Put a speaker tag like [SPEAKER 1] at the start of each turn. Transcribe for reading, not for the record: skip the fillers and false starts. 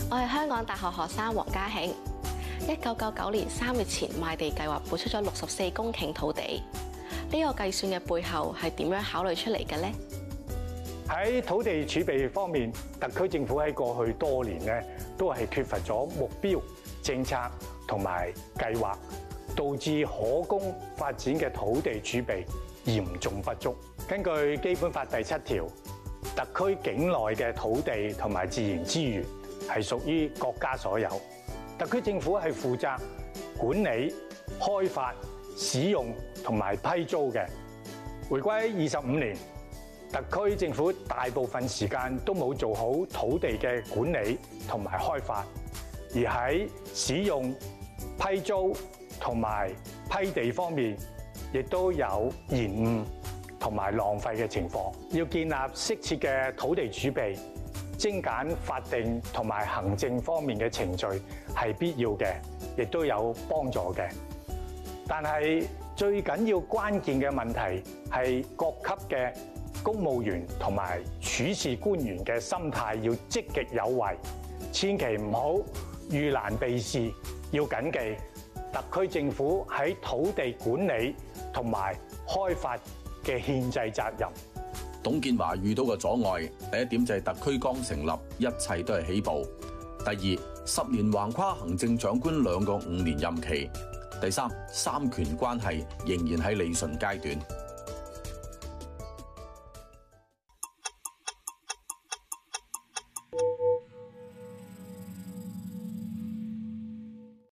[SPEAKER 1] 我係香港大學學生黃家慶。1999年3月前賣地計劃撥出咗64公頃土地，呢個計算嘅背後係點樣考慮出嚟嘅呢？
[SPEAKER 2] 喺土地儲備方面，特區政府喺過去多年咧都係缺乏咗目標、政策同埋計劃，導致可供發展嘅土地儲備嚴重不足。根據《基本法》第7條，特區境內嘅土地同埋自然資源係屬於國家所有，特區政府係負責管理、開發、使用同埋批租嘅。回歸25年，特區政府大部分時間都冇做好土地嘅管理同埋開發，而喺使用、批租同埋批地方面，亦都有延誤同埋浪費嘅情況。要建立適切嘅土地儲備，精簡法定同埋行政方面嘅程序係必要嘅，亦都有幫助嘅。但係最緊要關鍵嘅問題係各級嘅公務員同埋處事官員嘅心態要積極有為，千祈唔好遇難避事。要謹記，特區政府喺土地管理同埋開發嘅憲制責任。
[SPEAKER 3] 董建華遇到嘅阻礙，第一點就係特區剛成立，一切都係起步；第二，10年橫跨行政長官2個5年任期；第三，三權關係仍然喺理順階段。